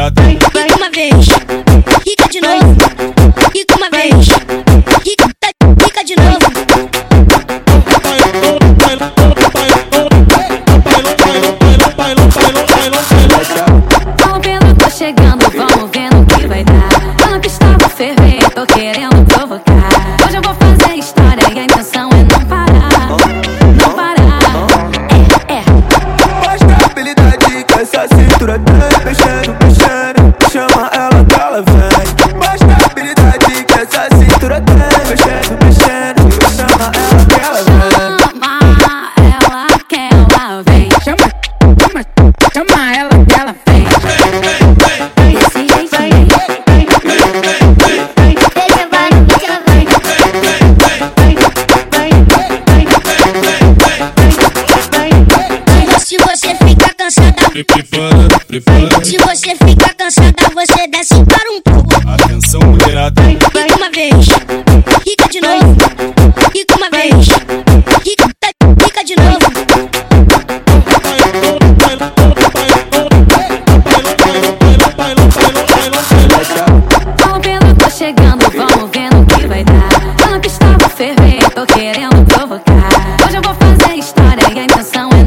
mulherada. Quica uma vez, quica de novo. Quica uma vez, quica de novo. Vamos vendo, tô chegando, vamos vendo o que vai dar. Tá na pista, vou ferver, tô querendo provocar. Hoje eu vou fazer história e a intenção é não parar. Não parar, Mostra a habilidade que essa cintura tem. Mexendo, mexendo, chama ela que ela vem. Mostra a habilidade que essa cintura tem. Mexendo, mexendo, chama ela que ela vem. Chama ela que ela vem. Desse jeitinho. Se você ficar cansada, Prepara. se você ficar cansada, você desce para um pouco. Atenção, mulherada. Quica uma vez, quica de novo. Quica uma vez, quica de novo. Vamos vendo, tô chegando, vamos vendo o que vai dar. Tá na pista, vou ferver, tô querendo provocar. Hoje eu vou fazer história e a intenção é